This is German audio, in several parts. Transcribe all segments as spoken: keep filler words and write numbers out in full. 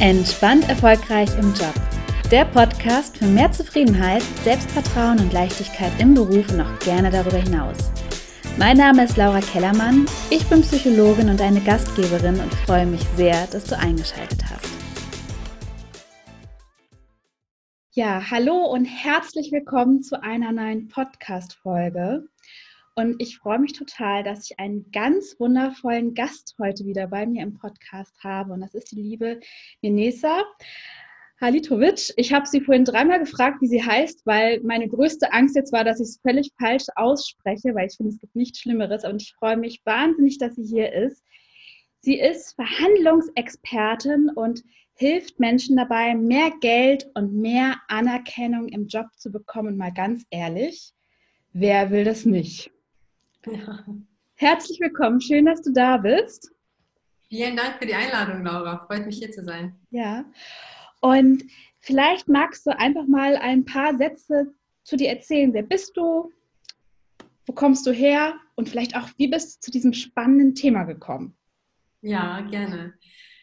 Entspannt erfolgreich im Job. Der Podcast für mehr Zufriedenheit, Selbstvertrauen und Leichtigkeit im Beruf und auch gerne darüber hinaus. Mein Name ist Laura Kellermann, ich bin Psychologin und eine Gastgeberin und freue mich sehr, dass du eingeschaltet hast. Ja, hallo und herzlich willkommen zu einer neuen Podcast-Folge. Und ich freue mich total, dass ich einen ganz wundervollen Gast heute wieder bei mir im Podcast habe. Und das ist die liebe Nenesa Halitovic. Ich habe sie vorhin dreimal gefragt, wie sie heißt, weil meine größte Angst jetzt war, dass ich es völlig falsch ausspreche, weil ich finde, es gibt nichts Schlimmeres. Und ich freue mich wahnsinnig, dass sie hier ist. Sie ist Verhandlungsexpertin und hilft Menschen dabei, mehr Geld und mehr Anerkennung im Job zu bekommen. Und mal ganz ehrlich, wer will das nicht? Ja. Herzlich willkommen, schön, dass du da bist. Vielen Dank für die Einladung, Laura. Freut mich, hier zu sein. Ja, und vielleicht magst du einfach mal ein paar Sätze zu dir erzählen. Wer bist du? Wo kommst du her? Und vielleicht auch, wie bist du zu diesem spannenden Thema gekommen? Ja, gerne.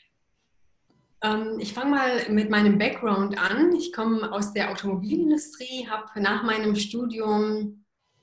Ähm, ich fange mal mit meinem Background an. Ich komme aus der Automobilindustrie, habe nach meinem Studium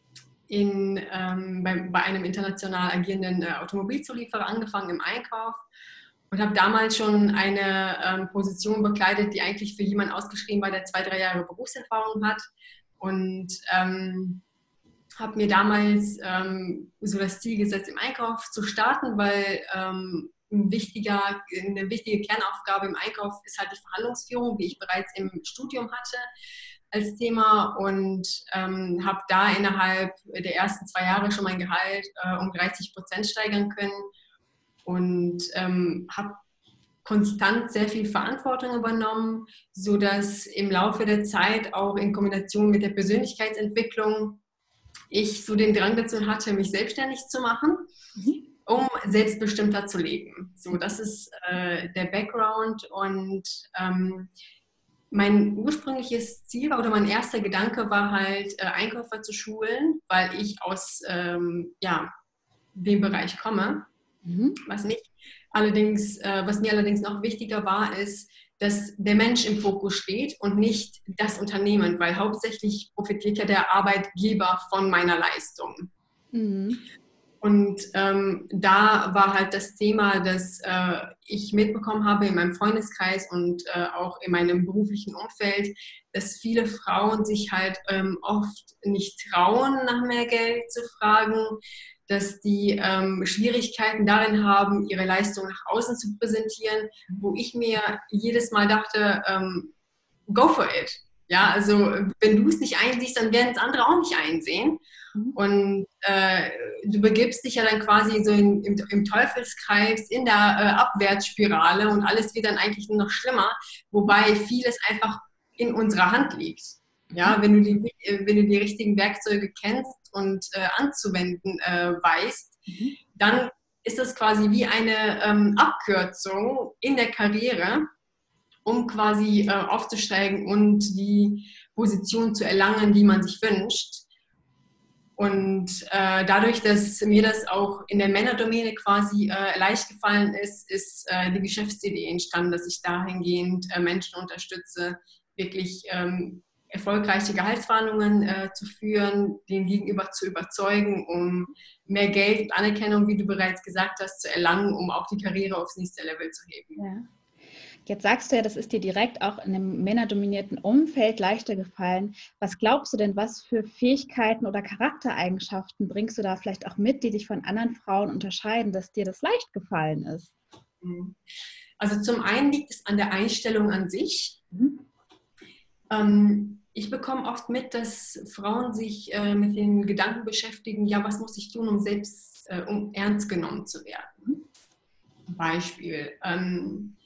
in, ähm, bei, bei einem international agierenden äh, Automobilzulieferer angefangen im Einkauf und habe damals schon eine ähm, Position bekleidet, die eigentlich für jemanden ausgeschrieben war, der zwei, drei Jahre Berufserfahrung hat. Und ähm, habe mir damals ähm, so das Ziel gesetzt, im Einkauf zu starten, weil ähm, ein wichtiger, eine wichtige Kernaufgabe im Einkauf ist halt die Verhandlungsführung, wie ich bereits im Studium hatte als Thema, und ähm, habe da innerhalb der ersten zwei Jahre schon mein Gehalt äh, um dreißig Prozent steigern können und ähm, habe konstant sehr viel Verantwortung übernommen, sodass im Laufe der Zeit auch in Kombination mit der Persönlichkeitsentwicklung ich so den Drang dazu hatte, mich selbstständig zu machen, Mhm. um selbstbestimmter zu leben. So, das ist äh, der Background, und ähm, mein ursprüngliches Ziel war, oder mein erster Gedanke war halt, äh, Einkäufer zu schulen, weil ich aus ähm, ja, dem Bereich komme. Mhm. Was nicht allerdings, äh, was mir allerdings noch wichtiger war, ist, dass der Mensch im Fokus steht und nicht das Unternehmen, weil hauptsächlich profitiert ja der Arbeitgeber von meiner Leistung. Mhm. Und ähm, da war halt das Thema, dass äh, ich mitbekommen habe in meinem Freundeskreis und äh, auch in meinem beruflichen Umfeld, dass viele Frauen sich halt ähm, oft nicht trauen, nach mehr Geld zu fragen, dass die ähm, Schwierigkeiten darin haben, ihre Leistung nach außen zu präsentieren, wo ich mir jedes Mal dachte, ähm, go for it. Ja, also wenn du es nicht einsiehst, dann werden es andere auch nicht einsehen. Mhm. Und äh, du begibst dich ja dann quasi so in, im, im Teufelskreis, in der äh, Abwärtsspirale, und alles wird dann eigentlich nur noch schlimmer, wobei vieles einfach in unserer Hand liegt. Ja, wenn du die, wenn du die richtigen Werkzeuge kennst und äh, anzuwenden äh, weißt, Mhm. dann ist das quasi wie eine ähm, Abkürzung in der Karriere, um quasi äh, aufzusteigen und die Position zu erlangen, die man sich wünscht. Und äh, dadurch, dass mir das auch in der Männerdomäne quasi äh, leicht gefallen ist, ist äh, die Geschäftsidee entstanden, dass ich dahingehend äh, Menschen unterstütze, wirklich ähm, erfolgreiche Gehaltsverhandlungen äh, zu führen, den Gegenüber zu überzeugen, um mehr Geld und Anerkennung, wie du bereits gesagt hast, zu erlangen, um auch die Karriere aufs nächste Level zu heben. Ja. Jetzt sagst du ja, das ist dir direkt auch in einem männerdominierten Umfeld leichter gefallen. Was glaubst du denn, was für Fähigkeiten oder Charaktereigenschaften bringst du da vielleicht auch mit, die dich von anderen Frauen unterscheiden, dass dir das leicht gefallen ist? Also zum einen liegt es an der Einstellung an sich. Mhm. Ähm, ich bekomme oft mit, dass Frauen sich äh, mit den Gedanken beschäftigen, ja, was muss ich tun, um selbst, äh, um ernst genommen zu werden? Beispiel. Ähm,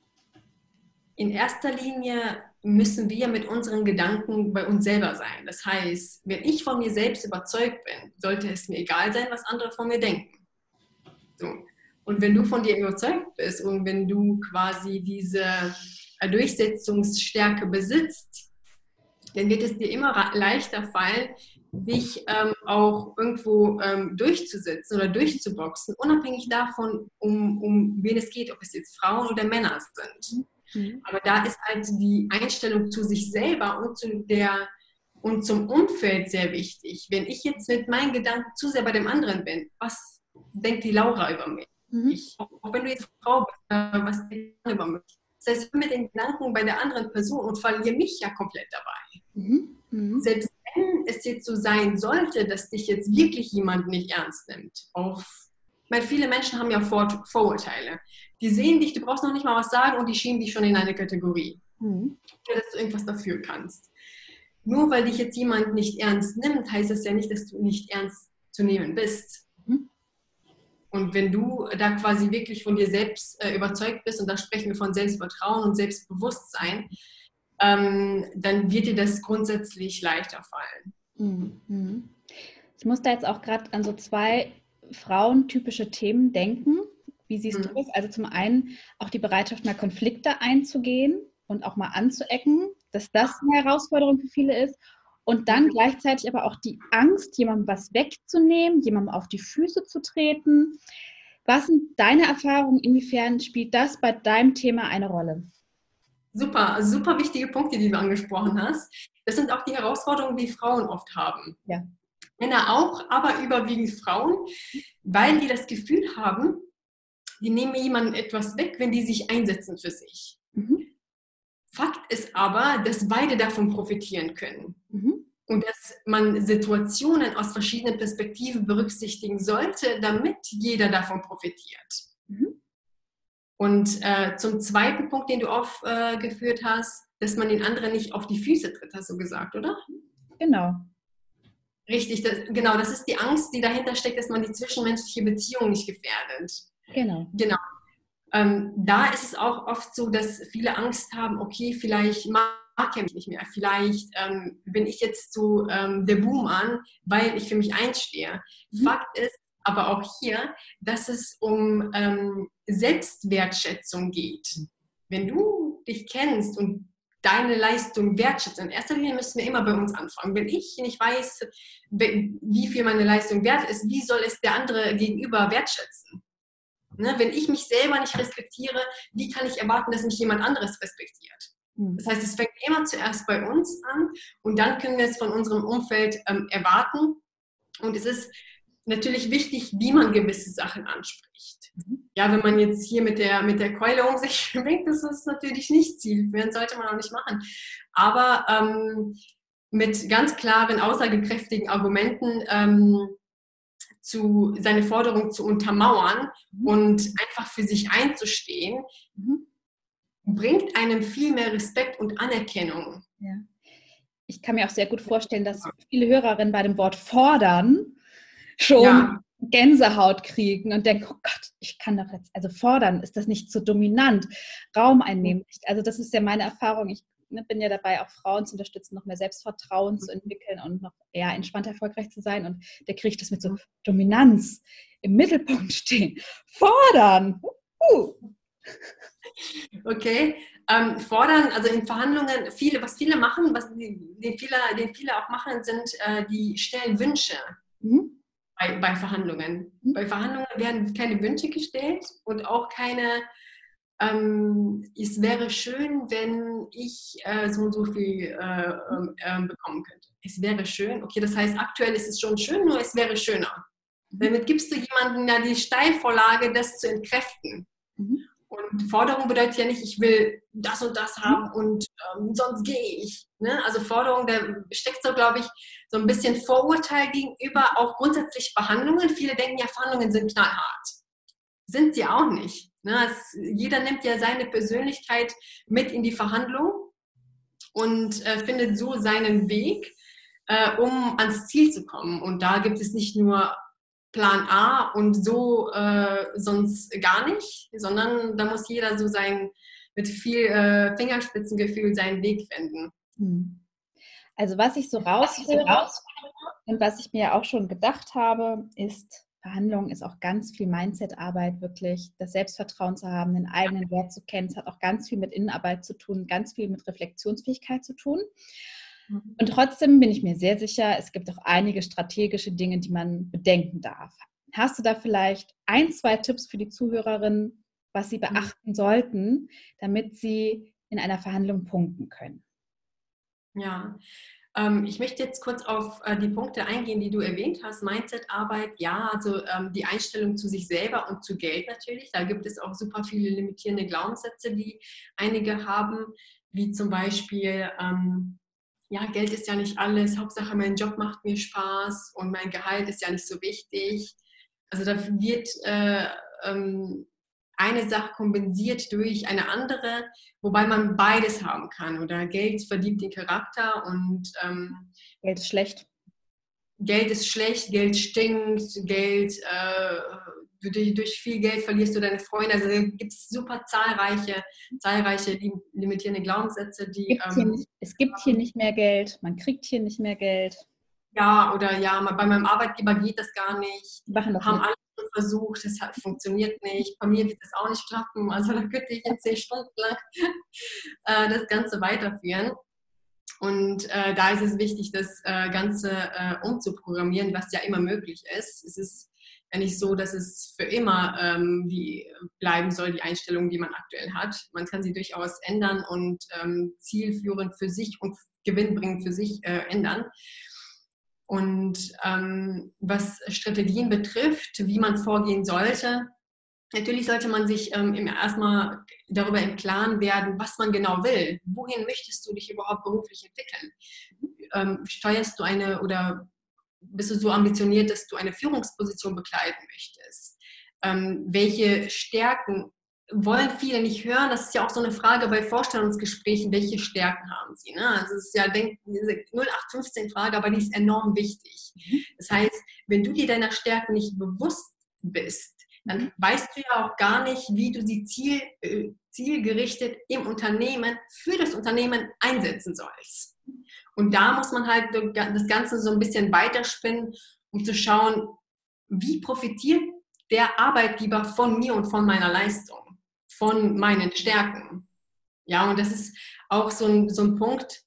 in erster Linie müssen wir mit unseren Gedanken bei uns selber sein. Das heißt, wenn ich von mir selbst überzeugt bin, sollte es mir egal sein, was andere von mir denken. So. Und wenn du von dir überzeugt bist und wenn du quasi diese Durchsetzungsstärke besitzt, dann wird es dir immer leichter fallen, dich ähm, auch irgendwo ähm, durchzusetzen oder durchzuboxen, unabhängig davon, um, um wen es geht, ob es jetzt Frauen oder Männer sind. Mhm. Aber da ist halt die Einstellung zu sich selber und zu der und zum Umfeld sehr wichtig. Wenn ich jetzt mit meinen Gedanken zu sehr bei dem anderen bin, was denkt die Laura über mich? Mhm. Ich, auch wenn du jetzt Frau bist, äh, was denkt die über mich? Das heißt, ich bin mit den Gedanken bei der anderen Person und verliere mich ja komplett dabei. Mhm. Mhm. Selbst wenn es jetzt so sein sollte, dass dich jetzt wirklich jemand nicht ernst nimmt, auf, weil viele Menschen haben ja Vor Vorurteile. Die sehen dich, du brauchst noch nicht mal was sagen und die schieben dich schon in eine Kategorie, Mhm. dass du irgendwas dafür kannst. Nur weil dich jetzt jemand nicht ernst nimmt, heißt das ja nicht, dass du nicht ernst zu nehmen bist. Mhm. Und wenn du da quasi wirklich von dir selbst äh, überzeugt bist, und da sprechen wir von Selbstvertrauen und Selbstbewusstsein, ähm, dann wird dir das grundsätzlich leichter fallen. Mhm. Ich muss da jetzt auch gerade an so zwei frauentypische Themen denken. Wie siehst du Mhm. das? Also zum einen auch die Bereitschaft, mal Konflikte einzugehen und auch mal anzuecken, dass das eine Herausforderung für viele ist. Und dann gleichzeitig aber auch die Angst, jemandem was wegzunehmen, jemandem auf die Füße zu treten. Was sind deine Erfahrungen? Inwiefern spielt das bei deinem Thema eine Rolle? Super, super wichtige Punkte, die du angesprochen hast. Das sind auch die Herausforderungen, die Frauen oft haben. Ja. Männer auch, aber überwiegend Frauen, weil die das Gefühl haben, die nehmen jemandem etwas weg, wenn die sich einsetzen für sich. Mhm. Fakt ist aber, dass beide davon profitieren können. Mhm. Und dass man Situationen aus verschiedenen Perspektiven berücksichtigen sollte, damit jeder davon profitiert. Mhm. Und äh, zum zweiten Punkt, den du aufgeführt äh, hast, dass man den anderen nicht auf die Füße tritt, hast du gesagt, oder? Genau. Richtig, das, genau, das ist die Angst, die dahinter steckt, dass man die zwischenmenschliche Beziehung nicht gefährdet. Genau. Genau. Ähm, da ist es auch oft so, dass viele Angst haben, okay, vielleicht mag er mich nicht mehr, vielleicht ähm, bin ich jetzt so ähm, der Boom an, weil ich für mich einstehe. Mhm. Fakt ist aber auch hier, dass es um ähm, Selbstwertschätzung geht. Wenn du dich kennst und deine Leistung wertschätzt, in erster Linie müssen wir immer bei uns anfangen. Wenn ich nicht weiß, wie viel meine Leistung wert ist, wie soll es der andere gegenüber wertschätzen? Ne, wenn ich mich selber nicht respektiere, wie kann ich erwarten, dass mich jemand anderes respektiert? Mhm. Das heißt, es fängt immer zuerst bei uns an und dann können wir es von unserem Umfeld ähm, erwarten. Und es ist natürlich wichtig, wie man gewisse Sachen anspricht. Mhm. Ja, wenn man jetzt hier mit der, mit der Keule um sich schwingt, das ist natürlich nicht zielführend, sollte man auch nicht machen. Aber ähm, mit ganz klaren, aussagekräftigen Argumenten ähm, zu, seine Forderung zu untermauern Mhm. und einfach für sich einzustehen, Mhm. bringt einem viel mehr Respekt und Anerkennung. Ja. Ich kann mir auch sehr gut vorstellen, dass viele Hörerinnen bei dem Wort fordern schon Ja. Gänsehaut kriegen und denken, oh Gott, ich kann doch jetzt, also fordern, ist das nicht so dominant, Raum einnehmen. Also das ist ja meine Erfahrung. Ich ne, bin ja dabei, auch Frauen zu unterstützen, noch mehr Selbstvertrauen zu entwickeln und noch eher entspannt erfolgreich zu sein. Und da kriege ich das mit so Dominanz im Mittelpunkt stehen. Fordern! Uh. Okay, ähm, fordern, also in Verhandlungen, viele, was viele machen, was die, den, viele, den viele auch machen, sind, äh, die stellen Wünsche Mhm. bei, bei Verhandlungen. Mhm. Bei Verhandlungen werden keine Wünsche gestellt und auch keine, ähm, es wäre schön, wenn ich äh, so und so viel äh, äh, bekommen könnte. Es wäre schön, okay, das heißt, aktuell ist es schon schön, nur es wäre schöner. Mhm. Damit gibst du jemandem ja die Steilvorlage, das zu entkräften. Mhm. Und Forderung bedeutet ja nicht, ich will das und das haben und ähm, sonst gehe ich. Ne? Also Forderung, da steckt so, glaube ich, so ein bisschen Vorurteil gegenüber auch grundsätzlich Verhandlungen. Viele denken ja, Verhandlungen sind knallhart. Sind sie auch nicht. Ne? Es, jeder nimmt ja seine Persönlichkeit mit in die Verhandlung und äh, findet so seinen Weg, äh, um ans Ziel zu kommen. Und da gibt es nicht nur Plan A und so äh, sonst gar nicht, sondern da muss jeder so sein, mit viel äh, Fingerspitzengefühl seinen Weg finden. Also was ich so raushöre und was ich mir auch schon gedacht habe, ist, Verhandlungen ist auch ganz viel Mindset-Arbeit, wirklich das Selbstvertrauen zu haben, den eigenen Wert zu kennen. Es hat auch ganz viel mit Innenarbeit zu tun, ganz viel mit Reflexionsfähigkeit zu tun. Und trotzdem bin ich mir sehr sicher, es gibt auch einige strategische Dinge, die man bedenken darf. Hast du da vielleicht ein, zwei Tipps für die Zuhörerinnen, was Sie beachten sollten, damit Sie in einer Verhandlung punkten können? Ja, ähm, ich möchte jetzt kurz auf äh, die Punkte eingehen, die du erwähnt hast. Mindset-Arbeit, ja, also ähm, die Einstellung zu sich selber und zu Geld natürlich. Da gibt es auch super viele limitierende Glaubenssätze, die einige haben, wie zum Beispiel, ähm, ja, Geld ist ja nicht alles, Hauptsache mein Job macht mir Spaß und mein Gehalt ist ja nicht so wichtig. Also da wird äh, ähm, eine Sache kompensiert durch eine andere, wobei man beides haben kann. Oder Geld verdient den Charakter und ähm, Geld ist schlecht. Geld ist schlecht, Geld stinkt, Geld, äh, durch, durch viel Geld verlierst du deine Freunde. Also gibt es super zahlreiche, zahlreiche limitierende Glaubenssätze, die... Es gibt, hier Ähm, nicht, es gibt hier nicht mehr Geld, man kriegt hier nicht mehr Geld. Ja, oder ja, bei meinem Arbeitgeber geht das gar nicht. Die machen das Haben nicht. alle schon versucht, das hat, funktioniert nicht. Bei mir wird das auch nicht klappen. Also da könnte ich jetzt zehn Stunden lang äh, das Ganze weiterführen. Und äh, da ist es wichtig, das äh, Ganze äh, umzuprogrammieren, was ja immer möglich ist. Es ist ja nicht so, dass es für immer ähm, die bleiben soll, die Einstellung, die man aktuell hat. Man kann sie durchaus ändern und ähm, zielführend für sich und gewinnbringend für sich äh, ändern. Und ähm, was Strategien betrifft, wie man vorgehen sollte, natürlich sollte man sich ähm, erstmal darüber im Klaren werden, was man genau will. Wohin möchtest du dich überhaupt beruflich entwickeln? Ähm, steuerst du eine oder bist du so ambitioniert, dass du eine Führungsposition bekleiden möchtest? Ähm, welche Stärken wollen viele nicht hören? Das ist ja auch so eine Frage bei Vorstellungsgesprächen, welche Stärken haben sie? Ne? Also es ist ja denk, diese null acht fünfzehn Frage, aber die ist enorm wichtig. Das heißt, wenn du dir deiner Stärken nicht bewusst bist, dann weißt du ja auch gar nicht, wie du sie ziel, äh, zielgerichtet im Unternehmen für das Unternehmen einsetzen sollst. Und da muss man halt das Ganze so ein bisschen weiterspinnen, um zu schauen, wie profitiert der Arbeitgeber von mir und von meiner Leistung, von meinen Stärken. Ja, und das ist auch so ein, so ein Punkt,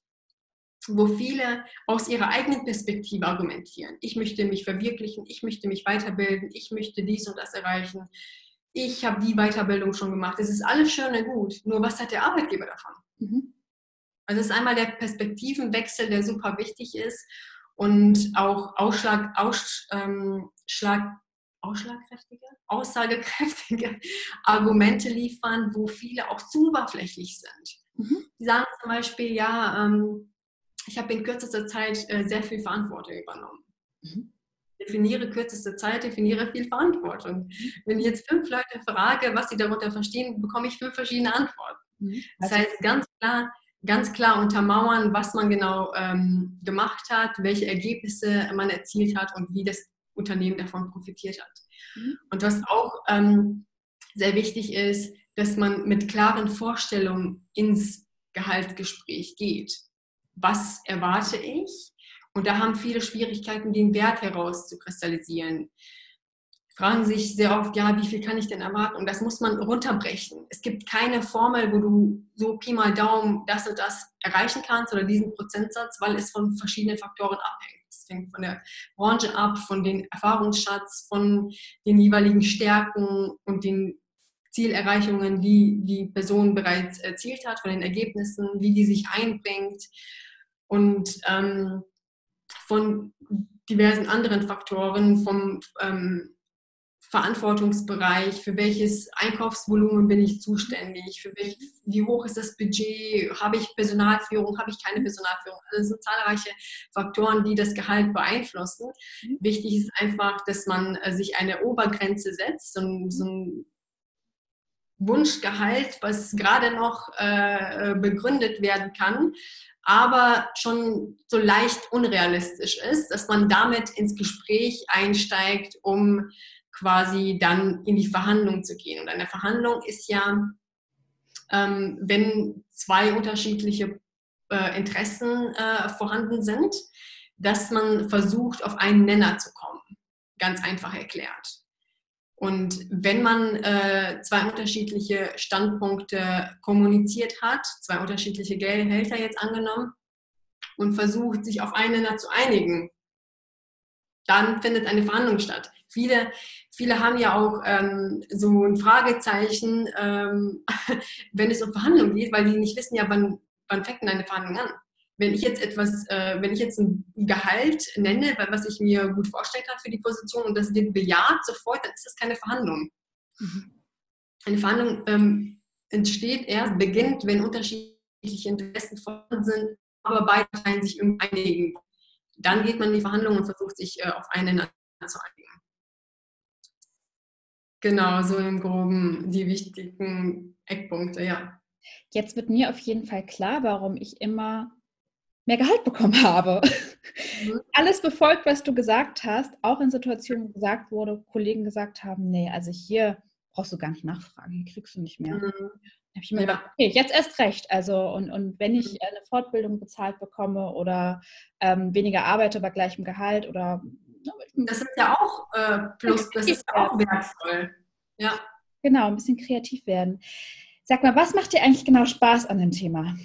wo viele aus ihrer eigenen Perspektive argumentieren. Ich möchte mich verwirklichen, ich möchte mich weiterbilden, ich möchte dies und das erreichen. Ich habe die Weiterbildung schon gemacht. Es ist alles schön und gut. Nur was hat der Arbeitgeber davon? Mhm. Also es ist einmal der Perspektivenwechsel, der super wichtig ist und auch Ausschlag, Aus, ähm, Schlag, ausschlagkräftige, aussagekräftige Argumente liefern, wo viele auch zu oberflächlich sind. Mhm. Die sagen zum Beispiel, ja, ähm, ich habe in kürzester Zeit äh, sehr viel Verantwortung übernommen. Mhm. Definiere kürzeste Zeit, definiere viel Verantwortung. Wenn ich jetzt fünf Leute frage, was sie darunter verstehen, bekomme ich fünf verschiedene Antworten. Mhm. Das heißt, ganz klar, ganz klar untermauern, was man genau ähm, gemacht hat, welche Ergebnisse man erzielt hat und wie das Unternehmen davon profitiert hat. Mhm. Und was auch ähm, sehr wichtig ist, dass man mit klaren Vorstellungen ins Gehaltsgespräch geht. Was erwarte ich? Und da haben viele Schwierigkeiten, den Wert herauszukristallisieren. Fragen sich sehr oft, ja, wie viel kann ich denn erwarten? Und das muss man runterbrechen. Es gibt keine Formel, wo du so Pi mal Daumen das und das erreichen kannst oder diesen Prozentsatz, weil es von verschiedenen Faktoren abhängt. Es hängt von der Branche ab, von den Erfahrungsschatz, von den jeweiligen Stärken und den Zielerreichungen, die die Person bereits erzielt hat, von den Ergebnissen, wie die sich einbringt und ähm, von diversen anderen Faktoren, vom ähm, Verantwortungsbereich, für welches Einkaufsvolumen bin ich zuständig, für welch, wie hoch ist das Budget, habe ich Personalführung, habe ich keine Personalführung. Also es sind zahlreiche Faktoren, die das Gehalt beeinflussen. Mhm. Wichtig ist einfach, dass man äh, sich eine Obergrenze setzt, so ein, so ein Wunschgehalt, was gerade noch äh, begründet werden kann, aber schon so leicht unrealistisch ist, dass man damit ins Gespräch einsteigt, um quasi dann in die Verhandlung zu gehen. Und eine Verhandlung ist ja, ähm, wenn zwei unterschiedliche äh, Interessen äh, vorhanden sind, dass man versucht, auf einen Nenner zu kommen. Ganz einfach erklärt. Und wenn man äh, zwei unterschiedliche Standpunkte kommuniziert hat, zwei unterschiedliche Gehälter jetzt angenommen, und versucht, sich auf einen Nenner zu einigen, dann findet eine Verhandlung statt. viele, viele haben ja auch ähm, so ein Fragezeichen, ähm, wenn es um Verhandlungen geht, weil die nicht wissen, ja, wann, wann fängt denn eine Verhandlung an? Wenn ich jetzt etwas, äh, wenn ich jetzt ein Gehalt nenne, was ich mir gut vorstellen kann für die Position und das wird bejaht sofort, dann ist das keine Verhandlung. Mhm. Eine Verhandlung ähm, entsteht erst, beginnt, wenn unterschiedliche Interessen vorhanden sind, aber beide Parteien sich irgendwie einigen. Dann geht man in die Verhandlung und versucht sich äh, auf einen zu einigen. Genau, so im Groben die wichtigen Eckpunkte, ja. Jetzt wird mir auf jeden Fall klar, warum ich immer mehr Gehalt bekommen habe. Mhm. Alles befolgt, was du gesagt hast, auch in Situationen, wo gesagt wurde, Kollegen gesagt haben, nee, also hier brauchst du gar nicht nachfragen, hier kriegst du nicht mehr. Mhm. Da habe ich mir Ja. gedacht, okay, jetzt erst recht. Also und, und wenn ich eine Fortbildung bezahlt bekomme oder ähm, weniger arbeite bei gleichem Gehalt oder Das ist ja auch äh, plus, das ist ja auch wertvoll. Ja. Genau, ein bisschen kreativ werden. Sag mal, was macht dir eigentlich genau Spaß an dem Thema?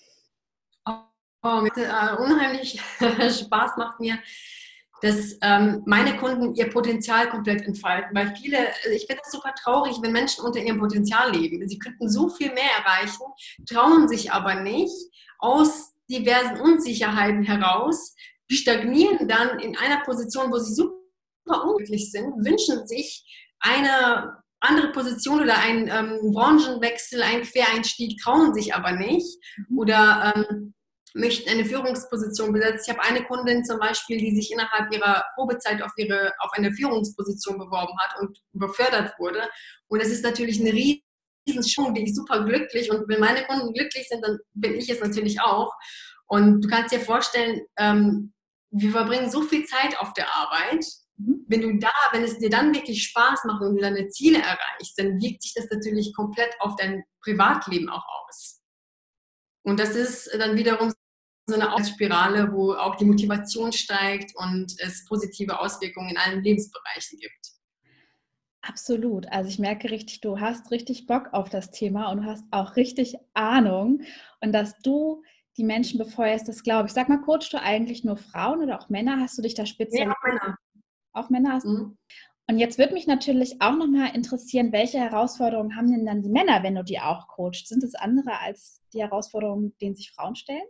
Oh, mit, äh, unheimlich Spaß macht mir, dass ähm, meine Kunden ihr Potenzial komplett entfalten. Weil viele, also ich finde das super traurig, wenn Menschen unter ihrem Potenzial leben. Sie könnten so viel mehr erreichen, trauen sich aber nicht, aus diversen Unsicherheiten heraus, stagnieren dann in einer Position, wo sie super unglücklich sind, wünschen sich eine andere Position oder einen ähm, Branchenwechsel, einen Quereinstieg, trauen sich aber nicht. Oder ähm, möchten eine Führungsposition besetzen. Ich habe eine Kundin zum Beispiel, die sich innerhalb ihrer Probezeit auf, ihre, auf eine Führungsposition beworben hat und befördert wurde. Und es ist natürlich eine riesen Chance, die ist super glücklich. Und wenn meine Kunden glücklich sind, dann bin ich es natürlich auch. Und du kannst dir vorstellen, ähm, wir verbringen so viel Zeit auf der Arbeit. Wenn du da, wenn es dir dann wirklich Spaß macht und du deine Ziele erreichst, dann wirkt sich das natürlich komplett auf dein Privatleben auch aus. Und das ist dann wiederum so eine Aufwärtsspirale, wo auch die Motivation steigt und es positive Auswirkungen in allen Lebensbereichen gibt. Absolut. Also ich merke richtig, du hast richtig Bock auf das Thema und du hast auch richtig Ahnung. Und dass du die Menschen befeuerst, das glaube ich. Sag mal, coachst du eigentlich nur Frauen oder auch Männer? Hast du dich da Nee, spezialisiert? auch Männer. Auch Männer hast Mhm. Und jetzt würde mich natürlich auch nochmal interessieren, welche Herausforderungen haben denn dann die Männer, wenn du die auch coachst? Sind es andere als die Herausforderungen, denen sich Frauen stellen?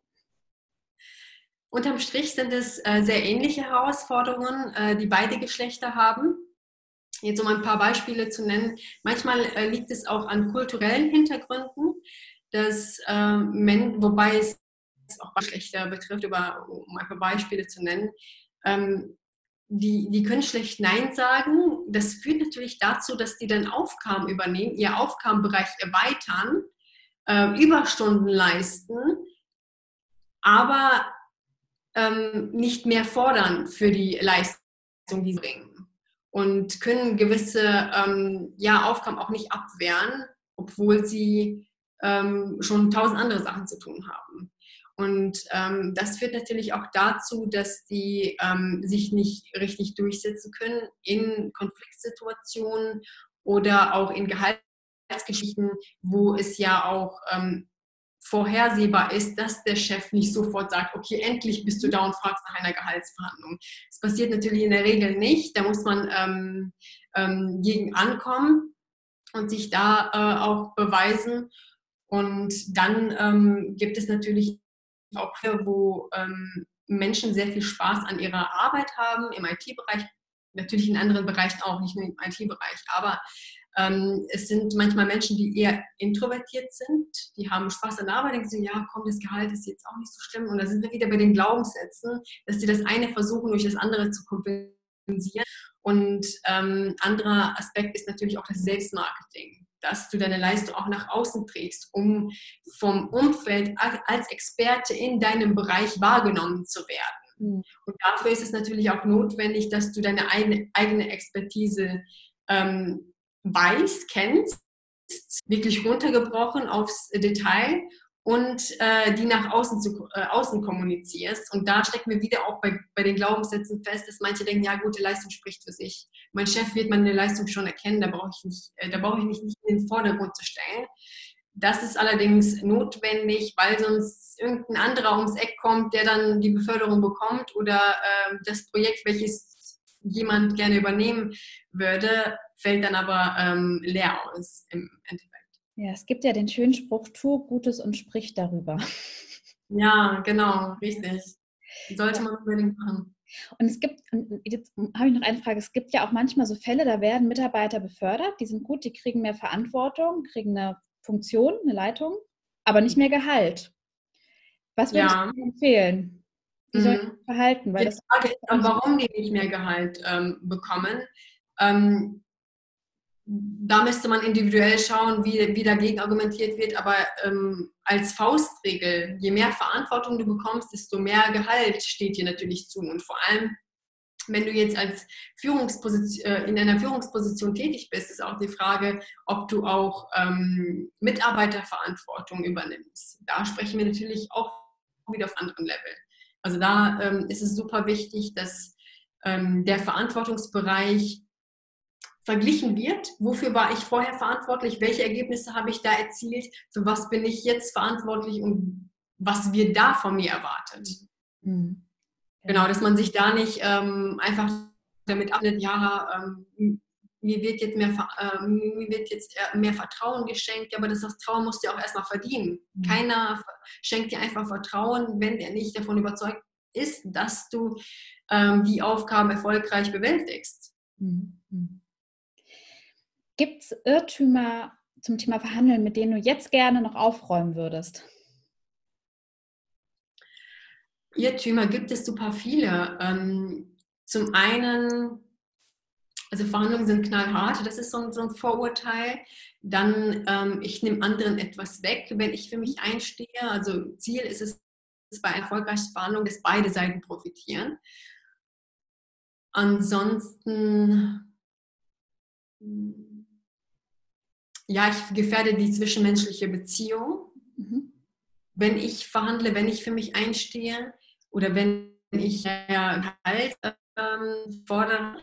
Unterm Strich sind es äh, sehr ähnliche Herausforderungen, äh, die beide Geschlechter haben. Jetzt um ein paar Beispiele zu nennen. Manchmal äh, liegt es auch an kulturellen Hintergründen, dass äh, Men wobei es auch Geschlechter betrifft, aber um ein paar Beispiele zu nennen, ähm, die, die können schlecht Nein sagen. Das führt natürlich dazu, dass die dann Aufgaben übernehmen, ihr Aufgabenbereich erweitern, äh, Überstunden leisten, aber ähm, nicht mehr fordern für die Leistung, die sie bringen. Und können gewisse ähm, ja, Aufgaben auch nicht abwehren, obwohl sie ähm, schon tausend andere Sachen zu tun haben. Und ähm, das führt natürlich auch dazu, dass die ähm, sich nicht richtig durchsetzen können in Konfliktsituationen oder auch in Gehaltsgeschichten, wo es ja auch ähm, vorhersehbar ist, dass der Chef nicht sofort sagt, okay, endlich bist du da und fragst nach einer Gehaltsverhandlung. Das passiert natürlich in der Regel nicht. Da muss man ähm, ähm, gegen ankommen und sich da äh, auch beweisen. Und dann ähm, gibt es natürlich auch, wo ähm, Menschen sehr viel Spaß an ihrer Arbeit haben, im I T-Bereich, natürlich in anderen Bereichen auch, nicht nur im I T-Bereich, aber ähm, es sind manchmal Menschen, die eher introvertiert sind, die haben Spaß an der Arbeit, denken sie, ja komm, das Gehalt ist jetzt auch nicht so schlimm. Und da sind wir wieder bei den Glaubenssätzen, dass sie das eine versuchen, durch das andere zu kompensieren. Und ähm, anderer Aspekt ist natürlich auch das Selbstmarketing, dass du deine Leistung auch nach außen trägst, um vom Umfeld als Experte in deinem Bereich wahrgenommen zu werden. Mhm. Und dafür ist es natürlich auch notwendig, dass du deine eigene, eigene Expertise ähm, weißt, kennst, wirklich runtergebrochen aufs Detail und äh, die nach außen, zu, äh, außen kommunizierst. Und da stecken wir wieder auch bei, bei den Glaubenssätzen fest, dass manche denken, ja, gute Leistung spricht für sich. Mein Chef wird meine Leistung schon erkennen, da brauche ich, nicht, äh, da brauche ich mich nicht in den Vordergrund zu stellen. Das ist allerdings notwendig, weil sonst irgendein anderer ums Eck kommt, der dann die Beförderung bekommt oder äh, das Projekt, welches jemand gerne übernehmen würde, fällt dann aber ähm, leer aus im Endeffekt. Ja, es gibt ja den schönen Spruch, tu Gutes und sprich darüber. Ja, genau, richtig. Sollte Ja. man unbedingt machen. Und es gibt, und jetzt habe ich noch eine Frage, es gibt ja auch manchmal so Fälle, da werden Mitarbeiter befördert, die sind gut, die kriegen mehr Verantwortung, kriegen eine Funktion, eine Leitung, aber nicht mehr Gehalt. Was würdest Ja. du empfehlen? Wie soll ich Mhm. mich verhalten? Weil Die das Frage ist auch, warum die nicht mehr Gehalt ähm, bekommen. Ähm, da müsste man individuell schauen, wie, wie dagegen argumentiert wird, aber ähm, als Faustregel, je mehr Verantwortung du bekommst, desto mehr Gehalt steht dir natürlich zu. Und vor allem, wenn du jetzt als Führungsposition, äh, in einer Führungsposition tätig bist, ist auch die Frage, ob du auch ähm, Mitarbeiterverantwortung übernimmst. Da sprechen wir natürlich auch wieder auf anderen Level. Also da ähm, ist es super wichtig, dass ähm, der Verantwortungsbereich verglichen wird. Wofür war ich vorher verantwortlich? Welche Ergebnisse habe ich da erzielt? Für was bin ich jetzt verantwortlich und was wird da von mir erwartet? Mhm. Genau, dass man sich da nicht ähm, einfach damit abnimmt, ja, ähm, mir wird jetzt mehr, äh, mir wird jetzt mehr Vertrauen geschenkt, aber das Vertrauen musst du auch erstmal verdienen. Mhm. Keiner schenkt dir einfach Vertrauen, wenn er nicht davon überzeugt ist, dass du ähm, die Aufgaben erfolgreich bewältigst. Mhm. Gibt es Irrtümer zum Thema Verhandeln, mit denen du jetzt gerne noch aufräumen würdest? Irrtümer gibt es super viele. Ähm, zum einen, also Verhandlungen sind knallhart, das ist so ein, so ein Vorurteil. Dann, ähm, ich nehme anderen etwas weg, wenn ich für mich einstehe. Also Ziel ist es bei erfolgreichen Verhandlungen, dass beide Seiten profitieren. Ansonsten, ja, ich gefährde die zwischenmenschliche Beziehung. Mhm. Wenn ich verhandle, wenn ich für mich einstehe oder wenn ich ja, Gehalt ähm, fordere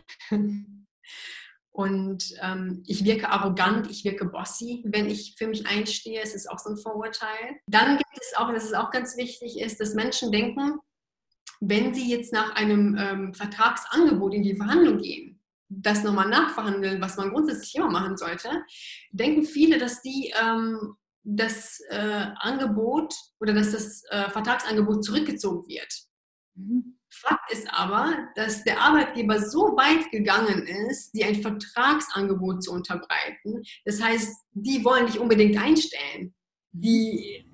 und ähm, ich wirke arrogant, ich wirke bossy, wenn ich für mich einstehe, es ist auch so ein Vorurteil. Dann gibt es auch, dass es auch ganz wichtig ist, dass Menschen denken, wenn sie jetzt nach einem ähm, Vertragsangebot in die Verhandlung gehen, das nochmal nachverhandeln, was man grundsätzlich immer machen sollte, denken viele, dass die ähm, das äh, Angebot oder dass das äh, Vertragsangebot zurückgezogen wird. Mhm. Fakt ist aber, dass der Arbeitgeber so weit gegangen ist, dir ein Vertragsangebot zu unterbreiten. Das heißt, die wollen dich unbedingt einstellen. Die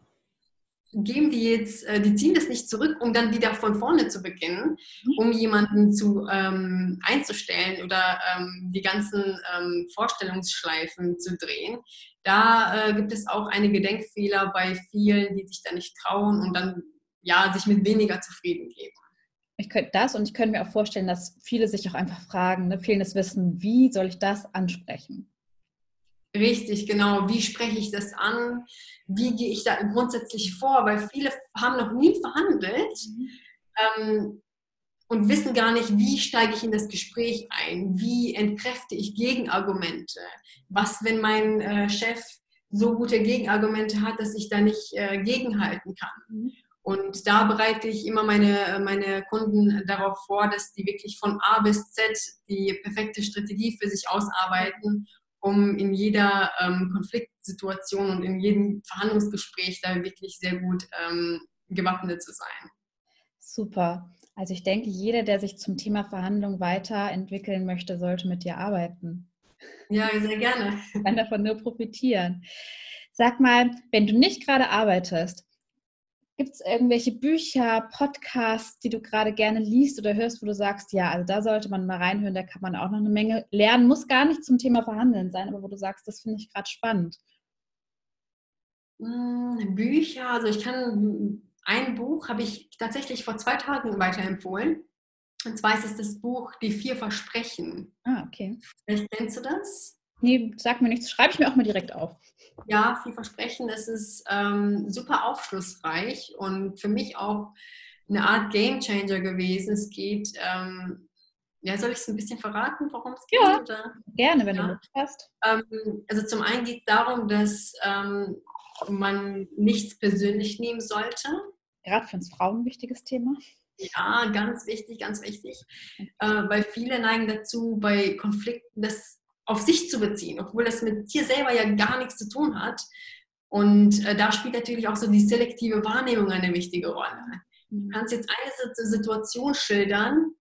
geben die jetzt, die ziehen das nicht zurück, um dann wieder von vorne zu beginnen, um jemanden zu ähm, einzustellen oder ähm, die ganzen ähm, Vorstellungsschleifen zu drehen. Da äh, gibt es auch einige Denkfehler bei vielen, die sich da nicht trauen und dann ja sich mit weniger zufrieden geben. Ich könnte das und ich könnte mir auch vorstellen, dass viele sich auch einfach fragen, ne, fehlendes Wissen, wie soll ich das ansprechen? Richtig, genau. Wie spreche ich das an? Wie gehe ich da grundsätzlich vor? Weil viele haben noch nie verhandelt mhm. ähm, und wissen gar nicht, wie steige ich in das Gespräch ein? Wie entkräfte ich Gegenargumente? Was, wenn mein äh, Chef so gute Gegenargumente hat, dass ich da nicht äh, gegenhalten kann? Mhm. Und da bereite ich immer meine, meine Kunden darauf vor, dass die wirklich von A bis Z die perfekte Strategie für sich ausarbeiten, um in jeder ähm, Konfliktsituation und in jedem Verhandlungsgespräch da wirklich sehr gut ähm, gewappnet zu sein. Super. Also ich denke, jeder, der sich zum Thema Verhandlung weiterentwickeln möchte, sollte mit dir arbeiten. Ja, sehr gerne. Ich kann davon nur profitieren. Sag mal, wenn du nicht gerade arbeitest, gibt es irgendwelche Bücher, Podcasts, die du gerade gerne liest oder hörst, wo du sagst, ja, also da sollte man mal reinhören, da kann man auch noch eine Menge lernen, muss gar nicht zum Thema Verhandeln sein, aber wo du sagst, das finde ich gerade spannend. Bücher, also ich kann, ein Buch habe ich tatsächlich vor zwei Tagen weiterempfohlen. Und zwar ist es das Buch Die vier Versprechen. Ah, okay. Vielleicht kennst du das? Nee, sag mir nichts. Schreibe ich mir auch mal direkt auf. Ja, vier Versprechen, das ist ähm, super aufschlussreich und für mich auch eine Art Gamechanger gewesen. Es geht, ähm, ja, soll ich es ein bisschen verraten, worum es geht? Ja, oder? gerne, wenn ja. du Lust hast. Ähm, also zum einen geht es darum, dass ähm, man nichts persönlich nehmen sollte. Gerade für uns Frauen ein wichtiges Thema. Ja, ganz wichtig, ganz wichtig, äh, weil viele neigen dazu, bei Konflikten das auf sich zu beziehen, obwohl das mit dir selber ja gar nichts zu tun hat. Und äh, da spielt natürlich auch so die selektive Wahrnehmung eine wichtige Rolle. Du kannst jetzt eine Situation schildern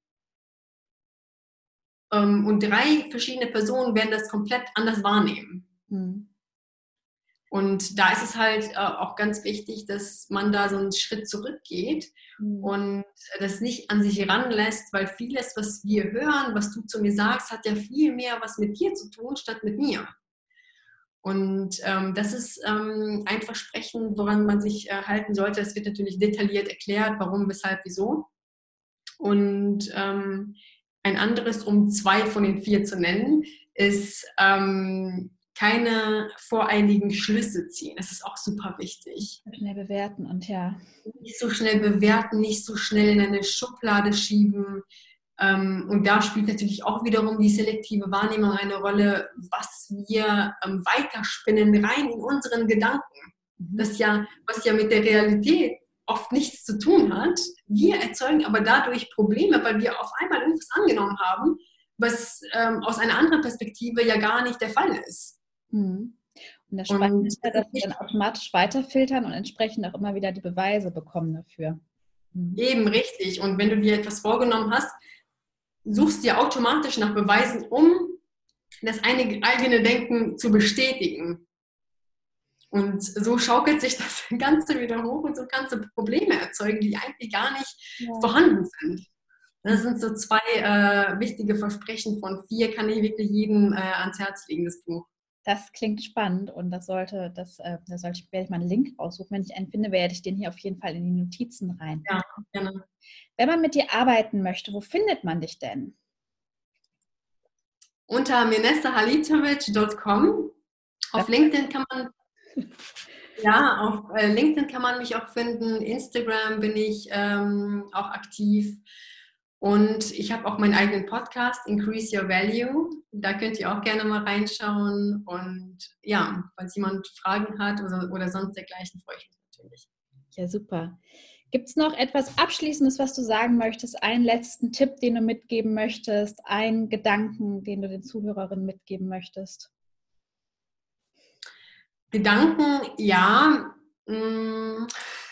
ähm, und drei verschiedene Personen werden das komplett anders wahrnehmen. Mhm. Und da ist es halt äh, auch ganz wichtig, dass man da so einen Schritt zurückgeht mhm. und das nicht an sich heranlässt, weil vieles, was wir hören, was du zu mir sagst, hat ja viel mehr was mit dir zu tun, statt mit mir. Und ähm, das ist ähm, ein Versprechen, woran man sich äh, halten sollte. Es wird natürlich detailliert erklärt, warum, weshalb, wieso. Und ähm, ein anderes, um zwei von den vier zu nennen, ist ähm, keine voreiligen Schlüsse ziehen. Das ist auch super wichtig. Schnell bewerten und ja. Nicht so schnell bewerten, nicht so schnell in eine Schublade schieben. Ähm, und da spielt natürlich auch wiederum die selektive Wahrnehmung eine Rolle, was wir ähm, weiterspinnen rein in unseren Gedanken. Mhm. Das ja, was ja mit der Realität oft nichts zu tun hat. Wir erzeugen aber dadurch Probleme, weil wir auf einmal irgendwas angenommen haben, was ähm, aus einer anderen Perspektive ja gar nicht der Fall ist. Mhm. Und das Spannende ist ja, dass wir dann automatisch weiterfiltern und entsprechend auch immer wieder die Beweise bekommen dafür. Mhm. Eben, richtig. Und wenn du dir etwas vorgenommen hast, suchst dir automatisch nach Beweisen, um das eigene Denken zu bestätigen. Und so schaukelt sich das Ganze wieder hoch und so kannst du Probleme erzeugen, die eigentlich gar nicht ja. vorhanden sind. Das sind so zwei äh, wichtige Versprechen von vier, kann ich wirklich jedem äh, ans Herz legen, das Buch. Das klingt spannend und das sollte, das, äh, da sollte ich, werde ich mal einen Link raussuchen. Wenn ich einen finde, werde ich den hier auf jeden Fall in die Notizen rein. Ja, gerne. Wenn man mit dir arbeiten möchte, wo findet man dich denn? Unter menesta halitovic punkt com. Auf LinkedIn kann man ja, auf äh, LinkedIn kann man mich auch finden. Instagram bin ich ähm, auch aktiv. Und ich habe auch meinen eigenen Podcast, Increase Your Value. Da könnt ihr auch gerne mal reinschauen. Und ja, falls jemand Fragen hat oder, oder sonst dergleichen, freue ich mich natürlich. Ja, super. Gibt es noch etwas Abschließendes, was du sagen möchtest? Einen letzten Tipp, den du mitgeben möchtest? Einen Gedanken, den du den Zuhörerinnen mitgeben möchtest? Gedanken, ja. Mh,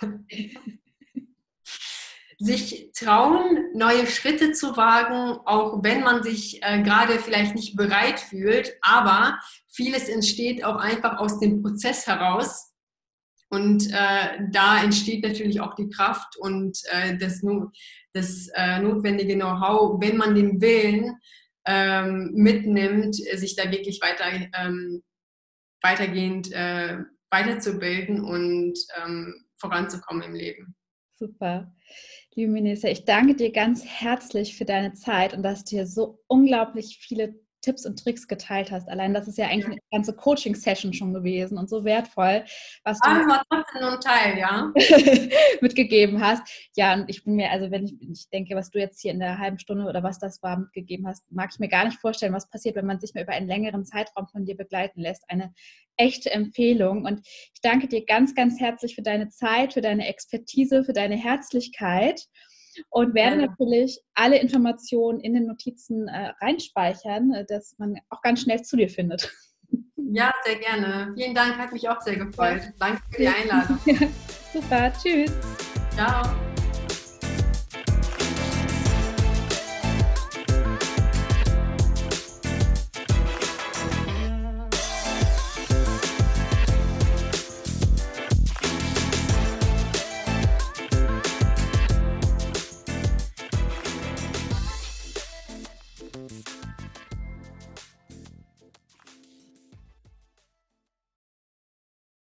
sich trauen, neue Schritte zu wagen, auch wenn man sich äh, gerade vielleicht nicht bereit fühlt, aber vieles entsteht auch einfach aus dem Prozess heraus und äh, da entsteht natürlich auch die Kraft und äh, das, das äh, notwendige Know-how, wenn man den Willen ähm, mitnimmt, sich da wirklich weiter, ähm, weitergehend äh, weiterzubilden und ähm, voranzukommen im Leben. Super. Liebe Menesta, ich danke dir ganz herzlich für deine Zeit und dass du dir so unglaublich viele Tipps und Tricks geteilt hast. Allein das ist ja eigentlich eine ganze Coaching-Session schon gewesen und so wertvoll, was du ah, trotzdem nur ein Teil, ja? mitgegeben hast. Ja, und ich bin mir, also wenn ich, ich denke, was du jetzt hier in der halben Stunde oder was das war, mitgegeben hast, mag ich mir gar nicht vorstellen, was passiert, wenn man sich mal über einen längeren Zeitraum von dir begleiten lässt. Eine echte Empfehlung. Und ich danke dir ganz, ganz herzlich für deine Zeit, für deine Expertise, für deine Herzlichkeit. Und werde ja. natürlich alle Informationen in den Notizen äh, reinspeichern, dass man auch ganz schnell zu dir findet. Ja, sehr gerne. Vielen Dank, hat mich auch sehr gefreut. Ja. Danke für die Einladung. Ja, super, tschüss. Ciao.